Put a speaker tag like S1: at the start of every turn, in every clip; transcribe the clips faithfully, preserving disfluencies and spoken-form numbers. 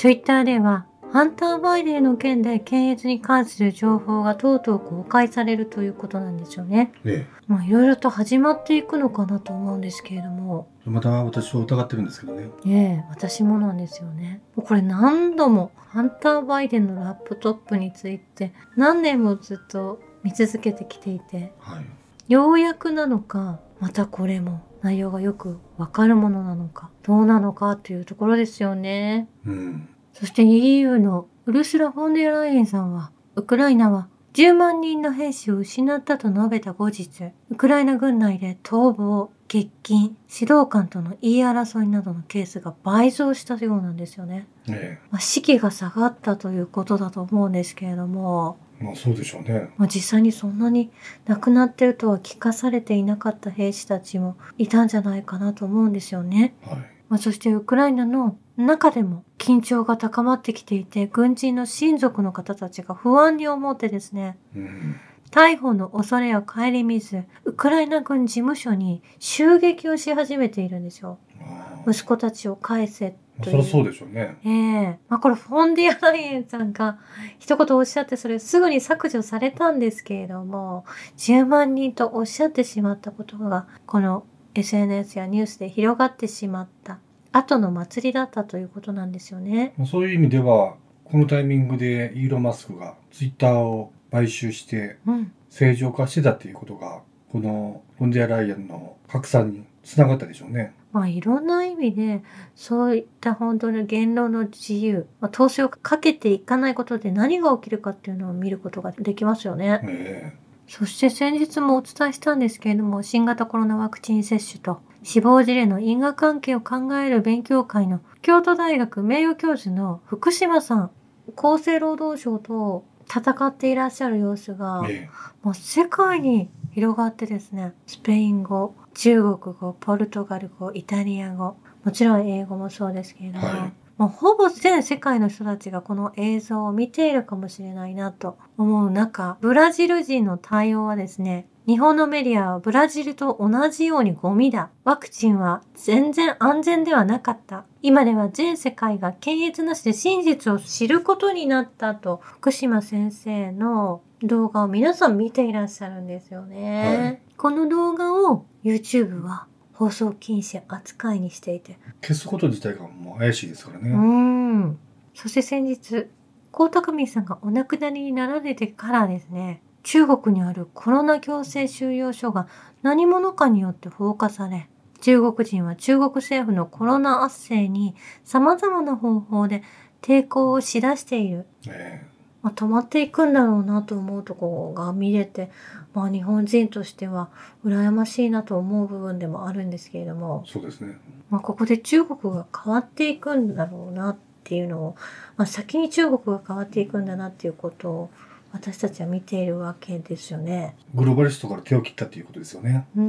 S1: Twitter ではハンター・バイデンの件で検閲に関する情報がとうとう公開されるということなんですよね。
S2: ええ、
S1: まあいろいろと始まっていくのかなと思うんですけれども。
S2: また私は疑ってるんですけどね。
S1: ええ、私もなんですよね。これ何度もハンター・バイデンのラップトップについて何年もずっと見続けてきていて、
S2: はい、
S1: ようやくなのか、またこれも内容がよくわかるものなのか、どうなのかというところですよね。
S2: うん、
S1: そして イーユー のウルスラ・フォンデアライエンさんは、ウクライナはじゅうまんにんの兵士を失ったと述べた後日、ウクライナ軍内で逃亡、欠勤、指導官との言い争いなどのケースが倍増したようなんですよね。
S2: ええ、
S1: まあ、士気が下がったということだと思うんですけれども、
S2: まあそうでしょうね。
S1: まあ、実際にそんなに亡くなっているとは聞かされていなかった兵士たちもいたんじゃないかなと思うんですよね。
S2: はい、
S1: まあ、そしてウクライナの中でも緊張が高まってきていて、軍人の親族の方たちが不安に思ってですね、
S2: うん、
S1: 逮捕の恐れを顧みず、ウクライナ軍事務所に襲撃をし始めているんですよ。
S2: あ
S1: 息子たちを返せ
S2: まあ、
S1: という。
S2: そりゃそうでしょうね。
S1: ええまあこれフォンディアライエンさんが一言おっしゃってそれすぐに削除されたんですけれども、じゅうまんにんとおっしゃってしまったことがこの エスエヌエス やニュースで広がってしまった後の祭りだったということなんですよね。
S2: まあ、そういう意味ではこのタイミングでイーロン・マスクがツイッターを買収して正常化してたっていうことが、このフォンデアライエンの拡散につながったでしょうね。
S1: まあいろんな意味でそういった本当に言論の自由、まあ、統制をかけていかないことで何が起きるかっていうのを見ることができますよね。
S2: え
S1: そして先日もお伝えしたんですけれども、新型コロナワクチン接種と死亡事例の因果関係を考える勉強会の京都大学名誉教授の福島さん、厚生労働省と戦っていらっしゃる様子が、
S2: ええ
S1: もう世界に広がってですね、スペイン語、中国語、ポルトガル語、イタリア語、もちろん英語もそうですけれども、
S2: はい
S1: もうほぼ全世界の人たちがこの映像を見ているかもしれないなと思う中、ブラジル人の対応はですね、日本のメディアはブラジルと同じようにゴミだ。ワクチンは全然安全ではなかった。今では全世界が検閲なしで真実を知ることになったと、福島先生の動画を皆さん見ていらっしゃるんですよね。
S2: はい、
S1: この動画を YouTube は放送禁止扱いにしていて、
S2: 消すこと自体がもう怪しいですからね。
S1: うーん。そして先日、江沢民さんがお亡くなりになられてからですね、中国にあるコロナ強制収容所が何者かによって放火され、中国人は中国政府のコロナ圧政に様々な方法で抵抗をしだしている。
S2: え
S1: まあ、止まっていくんだろうなと思うところが見れて、まあ日本人としては羨ましいなと思う部分でもあるんですけれども、
S2: えそうですね。
S1: まあここで中国が変わっていくんだろうなっていうのを、まあ先に中国が変わっていくんだなっていうことを私たちは見ているわけですよね。
S2: グローバリストから手を切ったっていうことですよね。
S1: うん。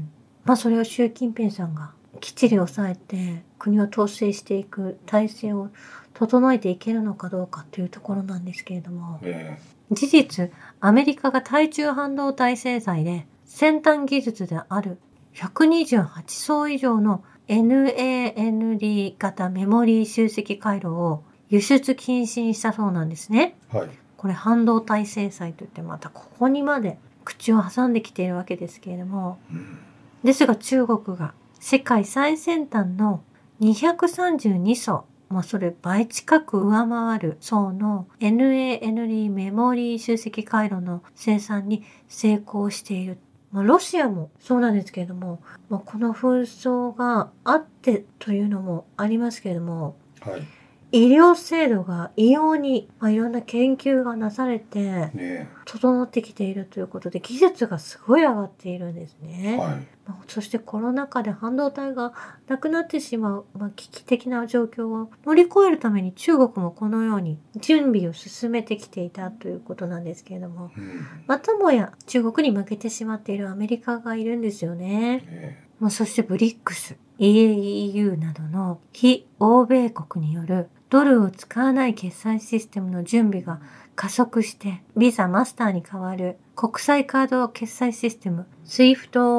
S1: まあそれを習近平さんがきっちり抑えて国を統制していく体制を整えていけるのかどうかというところなんですけれども、
S2: え
S1: 事実、アメリカが対中半導体制裁で先端技術であるひゃくにじゅうはちそう以上の エヌエーエヌディー 型メモリー集積回路を輸出禁止にしたそうなんですね。
S2: えはい。
S1: これ半導体制裁といってまたここにまで口を挟んできているわけですけれども、
S2: うん
S1: ですが中国が世界最先端のにひゃくさんじゅうにそう、まあそれ倍近く上回る層の エヌエーエヌディー メモリー集積回路の生産に成功している。まあロシアもそうなんですけれども、まあ、この紛争があってというのもありますけれども、
S2: はい
S1: 医療制度が異様に、まあ、いろんな研究がなされて
S2: ね
S1: 整ってきているということで技術がすごい上がっているんです
S2: え
S1: ね。
S2: はい
S1: まあそしてコロナ禍で半導体がなくなってしまう、まあ、危機的な状況を乗り越えるために中国もこのように準備を進めてきていたということなんですけれども、
S2: うん
S1: またもや中国に負けてしまっているアメリカがいるんですよね。
S2: え
S1: まあ、そしてブリックス、イーユー などの非欧米国によるドルを使わない決済システムの準備が加速してビザマスターに代わる国際カード決済システム スイフト を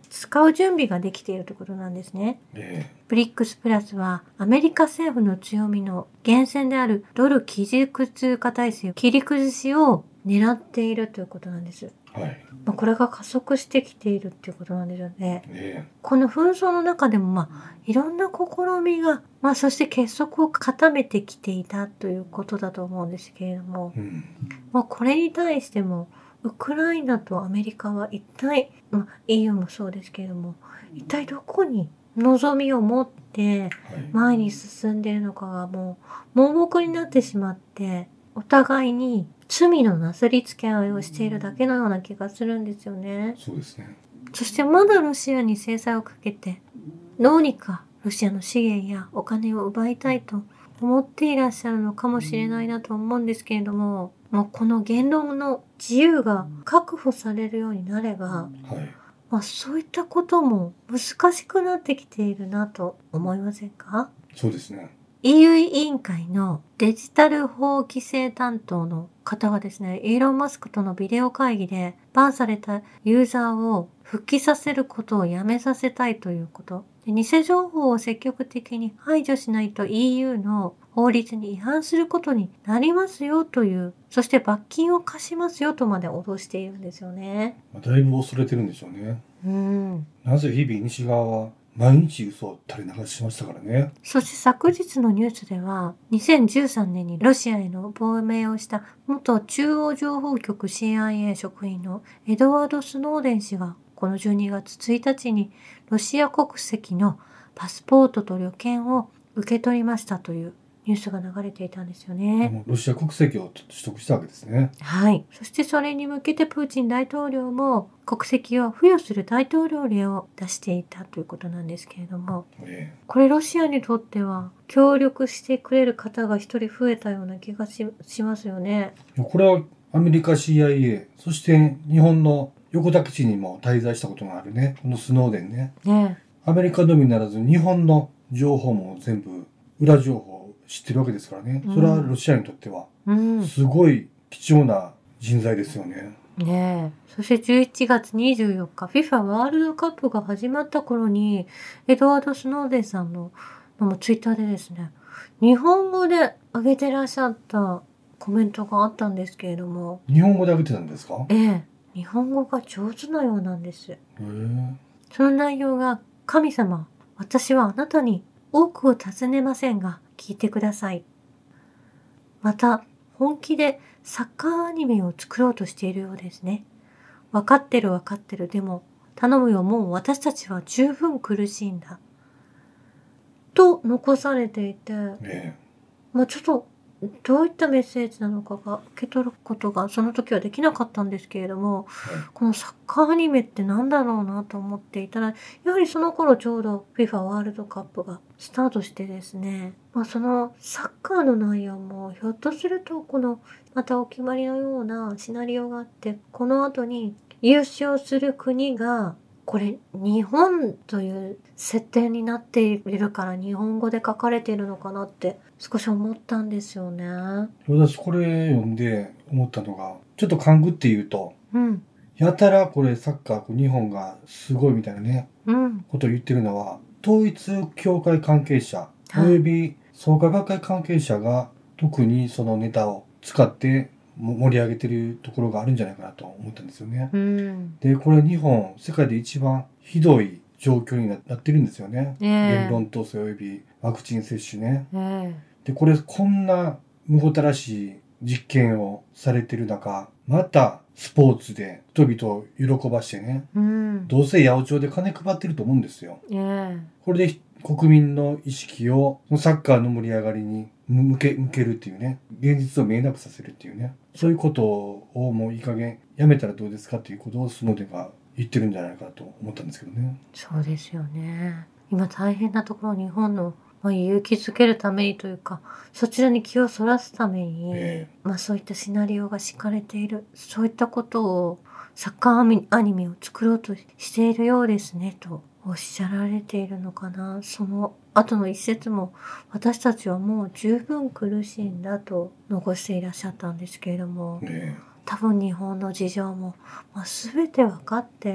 S1: 使う準備ができているということなんですね。
S2: え
S1: ブリックスプラスはアメリカ政府の強みの源泉であるドル基軸通貨体制切り崩しを狙っているということなんです。
S2: えはい。
S1: まあ、これが加速してきているっていうことなんですよね。
S2: え
S1: この紛争の中でもまあいろんな試みが、まあそして結束を固めてきていたということだと思うんですけれども、
S2: えうん。
S1: まあこれに対してもウクライナとアメリカは一体、まあ イーユー もそうですけれども、一体どこに望みを持って
S2: はい。
S1: 前に進んでいるのかがもう盲目になってしまって、お互いに罪のなすりつけ合いをしているだけのような気がするんですよね。
S2: そうですね。
S1: そしてまだロシアに制裁をかけて、どうにかロシアの資源やお金を奪いたいと思っていらっしゃるのかもしれないなと思うんですけれども、もうこの言論の自由が確保されるようになれば、
S2: はい。
S1: まあそういったことも難しくなってきているなと思いませんか？
S2: そうですね。
S1: イーユー 委員会のデジタル法規制担当の方がですね、イーロン・マスクとのビデオ会議でバンされたユーザーを復帰させることをやめさせたいということ。で、偽情報を積極的に排除しないと イーユー の法律に違反することになりますよという、そして罰金を課しますよとまで脅しているんですよね。
S2: まあ、だいぶ恐れてるんでしょうね。
S1: うん。
S2: なぜ日々西側は毎日嘘を垂れ流しましたからね。
S1: そして昨日のニュースでは、にせんじゅうさんねんにロシアへの亡命をした元中央情報局 シーアイエー 職員のエドワード・スノーデン氏が、このじゅうにがつついたちにロシア国籍のパスポートと旅券を受け取りましたというニュースが流れていたんですよね。
S2: もうロシア国籍を取得したわけですね。
S1: はい。そしてそれに向けてプーチン大統領も国籍を付与する大統領令を出していたということなんですけれども、
S2: え
S1: これロシアにとっては協力してくれる方が一人増えたような気が し, しますよね。
S2: えこれはアメリカ シーアイエー、そして日本の横田基地にも滞在したことがあるね、このスノーデンね。
S1: ね
S2: アメリカのみならず日本の情報も全部裏情報を知ってるわけですからね。それはロシアにとっては
S1: え。うん。
S2: すごい貴重な人材ですよね。
S1: ねえ。そしてじゅういちがつにじゅうよっか、FIFA ワールドカップが始まった頃に、エドワード・スノーデンさんののツイッターでですね、日本語で上げてらっしゃったコメントがあったんですけれども、
S2: 日本語で上げてたんですか？
S1: ええ、日本語が上手なようなんです。
S2: へえ。
S1: その内容が、神様、私はあなたに多くを尋ねませんが、聞いてください。また、本気でサッカーアニメを作ろうとしているようですね。わかってるわかってる。でも、頼むよ、もう私たちは十分苦しいんだ。と残されていて、
S2: え
S1: まあちょっと、どういったメッセージなのかが受け取ることがその時はできなかったんですけれども、
S2: えはい。
S1: このサッカーアニメってなんだろうなと思っていたら、やはりその頃ちょうど FIFA ワールドカップがスタートしてですね、まあそのサッカーの内容もひょっとするとこのまたお決まりのようなシナリオがあって、この後に優勝する国がこれ日本という設定になっているから日本語で書かれているのかなって少し思ったんですよね。
S2: 私これ読んで思ったのが、ちょっと勘ぐって言うと、
S1: うん。
S2: やたらこれサッカー日本がすごいみたいなね、
S1: うん。
S2: ことを言ってるのは、統一教会関係者、
S1: はい
S2: および創価学会関係者が特にそのネタを使っても盛り上げてるところがあるんじゃないかなと思ったんですよね。
S1: うん。
S2: で、これ日本、世界で一番ひどい状況になってるんですよね。
S1: ええ
S2: 言論統制およびワクチン接種ね。
S1: え
S2: で、これこんなむごたらしい実験をされてる中、またスポーツで人々を喜ばしてね、
S1: えうん。
S2: どうせ八百長で金配ってると思うんですよ。
S1: ええ
S2: これで国民の意識をサッカーの盛り上がりに向け、向けるっていうね、現実を見えなくさせるっていうね、そういうことをもういい加減やめたらどうですかっていうことをスノーデンが言ってるんじゃないかと思ったんですけどね。
S1: そうですよね。今大変なところ日本の、まあ、勇気づけるためにというか、そちらに気をそらすために、
S2: え
S1: まあそういったシナリオが敷かれている、そういったことをサッカーアニメを作ろうとしているようですねとおっしゃられているのかな。その後の一節も私たちはもう十分苦しいんだと残していらっしゃったんですけれども、
S2: えね
S1: 多分日本の事情も、まあ、全て分かって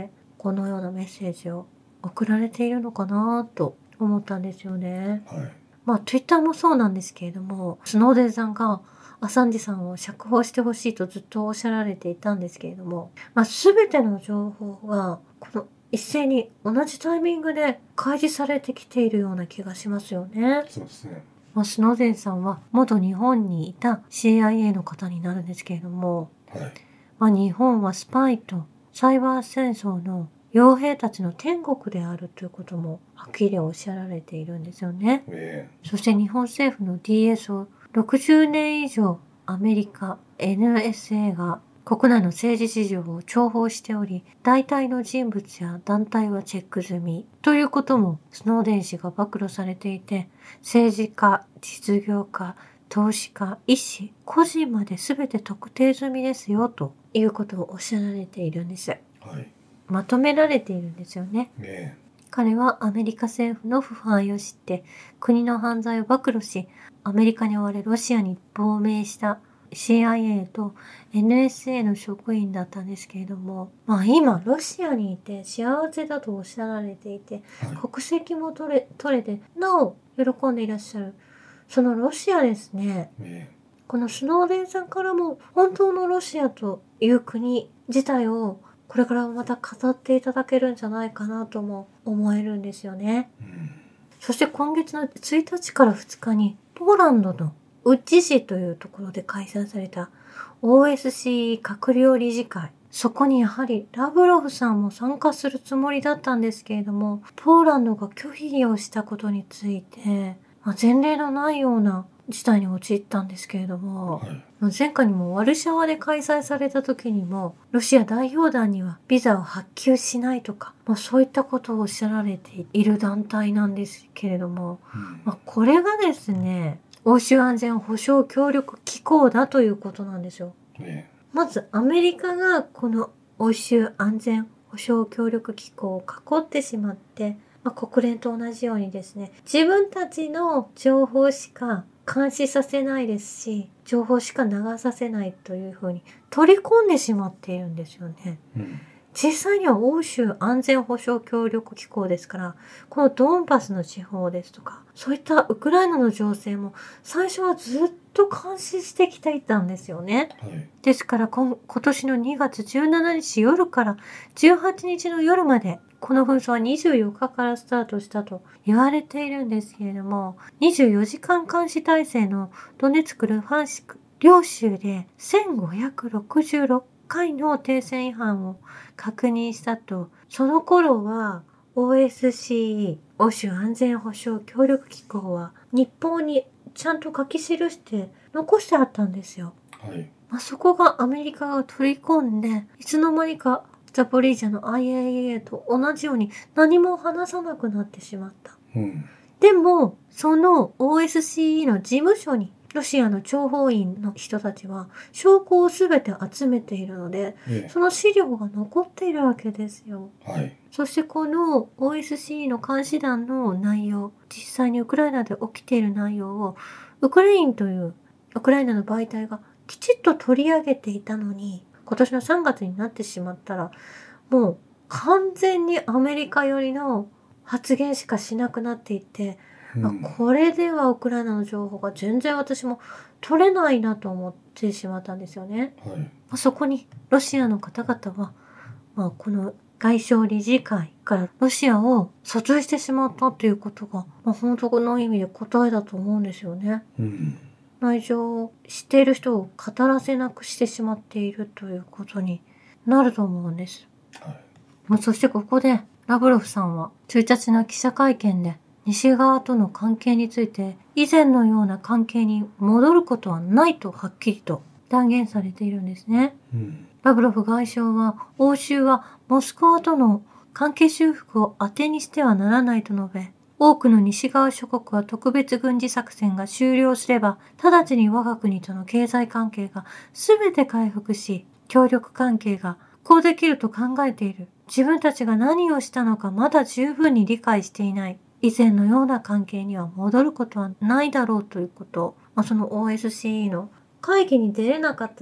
S1: このようなメッセージを送られているのかなと思ったんですよね。
S2: はい。
S1: まあ Twitter もそうなんですけれども、スノーデンさんがアサンジさんを釈放してほしいとずっとおっしゃられていたんですけれども、まあ全ての情報がこの一斉に同じタイミングで開示されてきているような気がしますよね。
S2: そうですね。
S1: まあ、スノーデンさんは元日本にいた シーアイエー の方になるんですけれども、
S2: はい。
S1: まあ、日本はスパイとサイバー戦争の傭兵たちの天国であるということもはっきりおっしゃられているんですよね。
S2: え
S1: そして日本政府の ディーエス をろくじゅうねん以上アメリカ エヌエスエー が国内の政治事情を諜報しており、大体の人物や団体はチェック済みということもスノーデン氏が暴露されていて、政治家、実業家、投資家、医師、個人まで全て特定済みですよということをおっしゃられているんです。
S2: えはい。
S1: まとめられているんですよね。
S2: え
S1: 彼はアメリカ政府の腐敗を知って国の犯罪を暴露し、アメリカに追われロシアに亡命した シーアイエー と エヌエスエー の職員だったんですけれども、まあ今ロシアにいて幸せだとおっしゃられていて、
S2: えはい。
S1: 国籍も取れ、取れてなお喜んでいらっしゃる。そのロシアですね。
S2: え
S1: このスノーデンさんからも本当のロシアという国自体をこれからまた語っていただけるんじゃないかなとも思えるんですよね。
S2: えうん。
S1: そして今月のついたちからふつかにポーランドのウッジ市というところで開催された オーエスシー 閣僚理事会。そこにやはりラブロフさんも参加するつもりだったんですけれども、ポーランドが拒否をしたことについて、まあ、前例のないような事態に陥ったんですけれども、
S2: はい。
S1: 前回にもワルシャワで開催された時にも、ロシア代表団にはビザを発給しないとか、まあ、そういったことをおっしゃられている団体なんですけれども、
S2: うん
S1: まあ、これがですね、欧州安全保障協力機構だということなんですよ。
S2: え
S1: まずアメリカがこの欧州安全保障協力機構を囲ってしまって、まあ、国連と同じようにですね、自分たちの情報しか監視させないですし、情報しか流させないというふうに取り込んでしまっているんですよね。
S2: えうん
S1: 実際には欧州安全保障協力機構ですから、このドンバスの地方ですとか、そういったウクライナの情勢も最初はずっと監視してきていたんですよね。
S2: はい。
S1: ですから今、今年のにがつじゅうしちにち夜からじゅうはちにちの夜まで、この紛争はにじゅうよっかからスタートしたと言われているんですけれども、にじゅうよじかん監視体制のドネツク、ルハンシク両州でせんごひゃくろくじゅうろっかいの停戦違反を確認したと、その頃は オーエスシー 欧州安全保障協力機構は日報にちゃんと書き記して残してあったんですよ。
S2: はい。
S1: まあ、そこがアメリカが取り込んで、いつの間にかザポリージャの アイエーイーエー と同じように何も話さなくなってしまった。
S2: うん
S1: でも、その オーエスシー の事務所にロシアの諜報員の人たちは証拠をすべて集めているので、
S2: え
S1: その資料が残っているわけですよ。
S2: えはい。
S1: そしてこの オーエスシー の監視団の内容、実際にウクライナで起きている内容を、ウクラインというウクライナの媒体がきちっと取り上げていたのに、今年のさんがつになってしまったら、もう完全にアメリカ寄りの発言しかしなくなっていて、
S2: うん
S1: あこれではウクライナの情報が全然私も取れないなと思ってしまったんですよね。
S2: はい。
S1: そこにロシアの方々は、まあ、この外相理事会からロシアを訴追してしまったということが、まあ、本当の意味で答えだと思うんですよね。
S2: うん
S1: 内情を知っている人を語らせなくしてしまっているということになると思うんです。
S2: はい。
S1: まあそしてここでラブロフさんはついたちの記者会見で西側との関係について以前のような関係に戻ることはないとはっきりと断言されているんですね。
S2: うん
S1: ラブロフ外相は欧州はモスクワとの関係修復を当てにしてはならないと述べ、多くの西側諸国は特別軍事作戦が終了すれば、直ちに我が国との経済関係が全て回復し、協力関係がこうできると考えている。自分たちが何をしたのかまだ十分に理解していない。以前のような関係には戻ることはないだろうということを、まあ、その オーエスシー の会議に出れなかった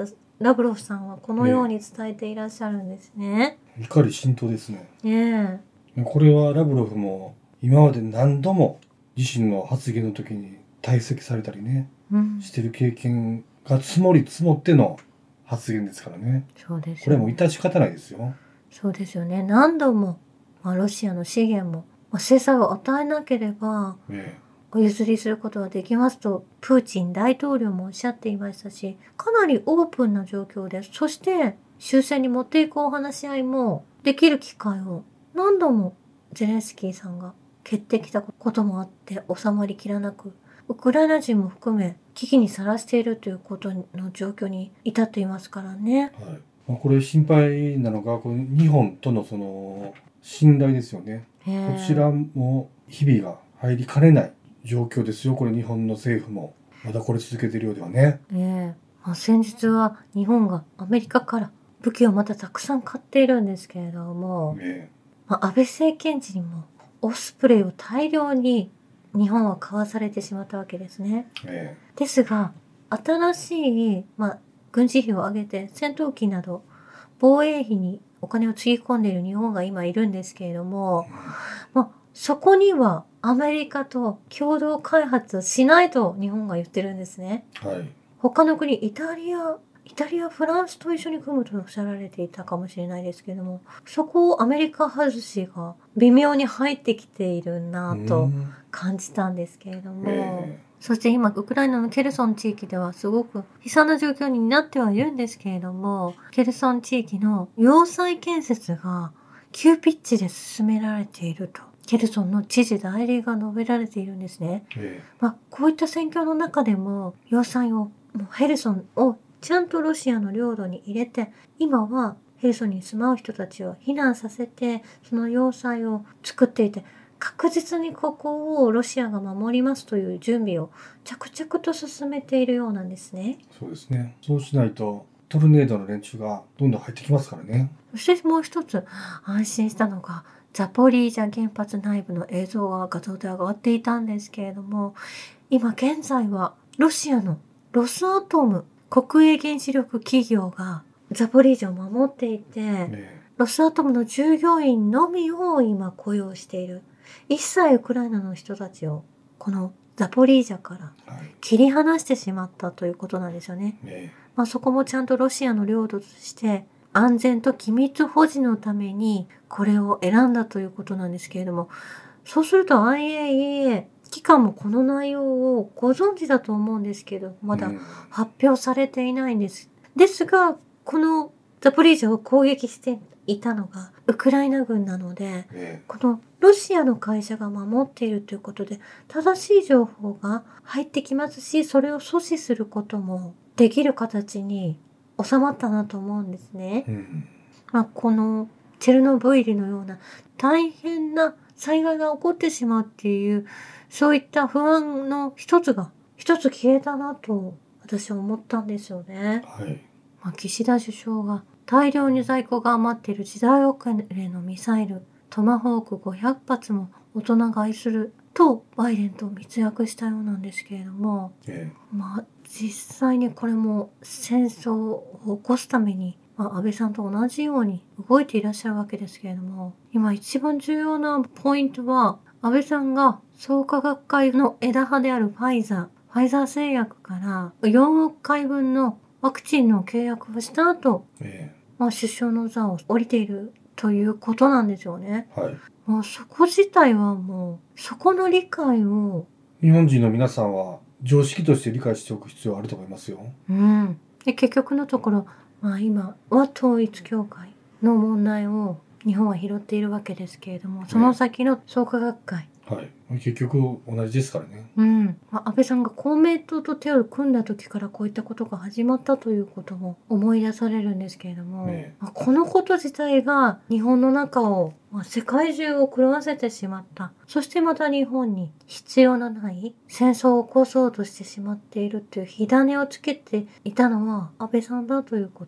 S1: ラブロフさんはこのように伝えていらっしゃるんですね。
S2: 怒り心頭ですね。
S1: ね
S2: え。これはラブロフも今まで何度も自身の発言の時に退席されたりね、うん、してる経験が積もり積もっての発言ですからね。
S1: そうですよね。
S2: これはもう致し方ないですよ。
S1: そうですよね。何度も、まあ、ロシアの資源も、まあ、制裁を与えなければ、ええ、お譲りすることができますとプーチン大統領もおっしゃっていましたし、かなりオープンな状況です。そして終戦に持っていくお話し合いもできる機会を何度もゼレンスキーさんが蹴ってきたこともあって収まりきらなく、ウクライナ人も含め危機にさらしているということの状況に至っていますからね。
S2: はい、これ心配なのがこの日本とのその信頼ですよね。こちらも日々が入りかねない状況ですよ。これ日本の政府もまだこれ続けているようではね。
S1: ええまあ、先日は日本がアメリカから武器をまたたくさん買っているんですけれども、ええまあ、安倍政権時にもオスプレイを大量に日本は買わされてしまったわけですね。ええですが新しい、まあ、軍事費を上げて戦闘機など防衛費にお金をつぎ込んでいる日本が今いるんですけれども、まあ、そこにはアメリカと共同開発しないと日本が言ってるんですね。はい、他の国、イタリア、イタリア、フランスと一緒に組むとおっしゃられていたかもしれないですけれども、そこをアメリカ外しが微妙に入ってきているなと感じたんですけれども、えー、そして今ウクライナのケルソン地域ではすごく悲惨な状況になってはいるんですけれども、ケルソン地域の要塞建設が急ピッチで進められているとケルソンの知事代理が述べられているんですね。ええまあ、こういった戦況の中でも要塞をもうヘルソンをちゃんとロシアの領土に入れて、今はヘルソンに住まう人たちを避難させてその要塞を作っていて、確実にここをロシアが守りますという準備を着々と進めているようなんですね。
S2: そうですね。そうしないとトルネードの連中がどんどん入ってきますからね。
S1: そしてもう一つ安心したのがザポリージャ原発内部の映像が画像で上がっていたんですけれども、今現在はロシアのロスアトム国営原子力企業がザポリージャを守っていて、ね、ロスアトムの従業員のみを今雇用している。一切ウクライナの人たちをこのザポリージャから切り離してしまったということなんですよね。ねまあ、そこもちゃんとロシアの領土として安全と機密保持のためにこれを選んだということなんですけれども、そうすると アイエーイーエー 機関もこの内容をご存知だと思うんですけど、まだ発表されていないんです。ですが、このザポリージャを攻撃していたのがウクライナ軍なので、このロシアの会社が守っているということで正しい情報が入ってきますし、それを阻止することもできる形に収まったなと思うんですね。うんまあ、このチェルノブイリのような大変な災害が起こってしまうっていう、そういった不安の一つが一つ消えたなと私は思ったんですよね。はいまあ、岸田首相が大量に在庫が余っている時代遅れのミサイルトマホークごひゃくはつも大人買いするとバイデンと密約したようなんですけれども、ええ、まあ実際にこれも戦争を起こすために、まあ、安倍さんと同じように動いていらっしゃるわけですけれども、今一番重要なポイントは安倍さんが創価学会の枝葉であるファイザー、ファイザー製薬からよんおくかいぶんのワクチンの契約をした後、ええまあ、首相の座を降りているということなんですよね。はい、もうそこ自体はもうそこの理解を
S2: 日本人の皆さんは常識として理解しておく必要あると思いますよ。
S1: うん、で結局のところ、まあ、今は統一教会の問題を日本は拾っているわけですけれども、その先の創価学会、
S2: はい、結局同じですからね。
S1: うん、まあ、安倍さんが公明党と手を組んだ時からこういったことが始まったということも思い出されるんですけれども、ねまあ、このこと自体が日本の中を、まあ、世界中を狂わせてしまった。そしてまた日本に必要のない戦争を起こそうとしてしまっているという火種をつけていたのは安倍さんだということ。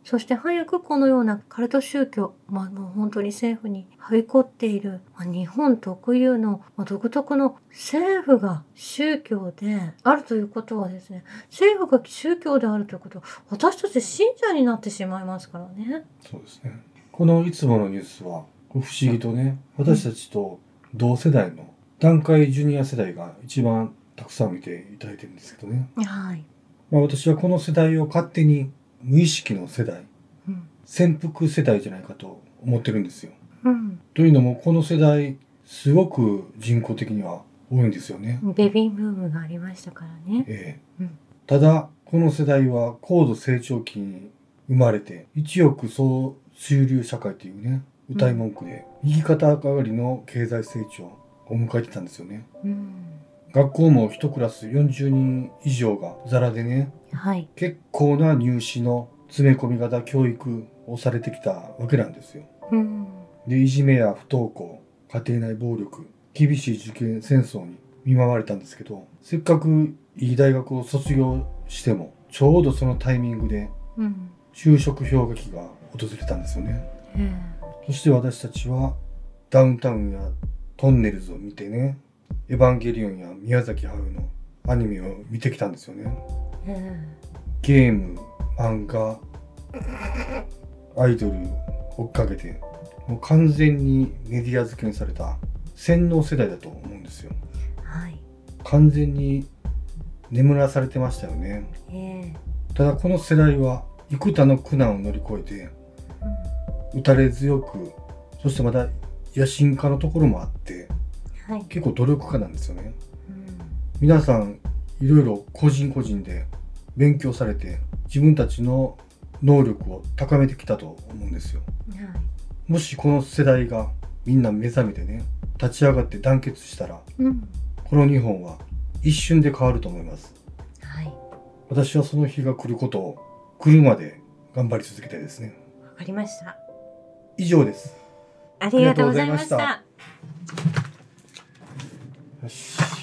S1: そして早くこのようなカルト宗教、まあ、もう本当に政府にはびこっている、まあ、日本特有の、まあ、独特の政府が宗教であるということはですね、政府が宗教であるということは私たち信者になってしまいますからね。
S2: そうですね。このいつものニュースは不思議とね、私たちと同世代の団塊ジュニア世代が一番たくさん見ていただいてるんですけどね。
S1: はい。
S2: まあ、私はこの世代を勝手に無意識の世代、
S1: うん、
S2: 潜伏世代じゃないかと思ってるんですよ。
S1: うん、
S2: というのもこの世代すごく人口的には多いんですよね。
S1: ベビーブームがありましたからね。
S2: ええ
S1: うん、
S2: ただこの世代は高度成長期に生まれて一億総中流社会というね歌い文句で右肩上がりの経済成長を迎えてたんですよね。
S1: うん、
S2: 学校も一クラスよんじゅうにん以上がザラでね、
S1: はい、
S2: 結構な入試の詰め込み型教育をされてきたわけなんですよ。
S1: うん、
S2: で、いじめや不登校、家庭内暴力、厳しい受験戦争に見舞われたんですけど、せっかくいい大学を卒業してもちょうどそのタイミングで就職氷河期が訪れたんですよね。
S1: うん、
S2: そして私たちはダウンタウンやトンネルズを見てね、エヴァンゲリオンや宮崎駿のアニメを見てきたんですよね。
S1: うん、
S2: ゲーム、漫画、アイドル追っかけて、もう完全にメディア付けにされた洗脳世代だと思うんですよ。
S1: はい、
S2: 完全に眠らされてましたよね。
S1: えー、
S2: ただこの世代は幾多の苦難を乗り越えて、打たれ強く、そしてまた野心家のところもあって、
S1: はい、
S2: 結構努力家なんですよね。
S1: うん、
S2: 皆さんいろいろ個人個人で勉強されて自分たちの能力を高めてきたと思うんですよ。
S1: はい、
S2: もしこの世代がみんな目覚めてね、立ち上がって団結したら、
S1: うん、
S2: この日本は一瞬で変わると思います。
S1: はい、
S2: 私はその日が来ることを来るまで頑張り続けたいですね。
S1: わかりました。
S2: 以上です。
S1: ありがとうございました。
S2: よし。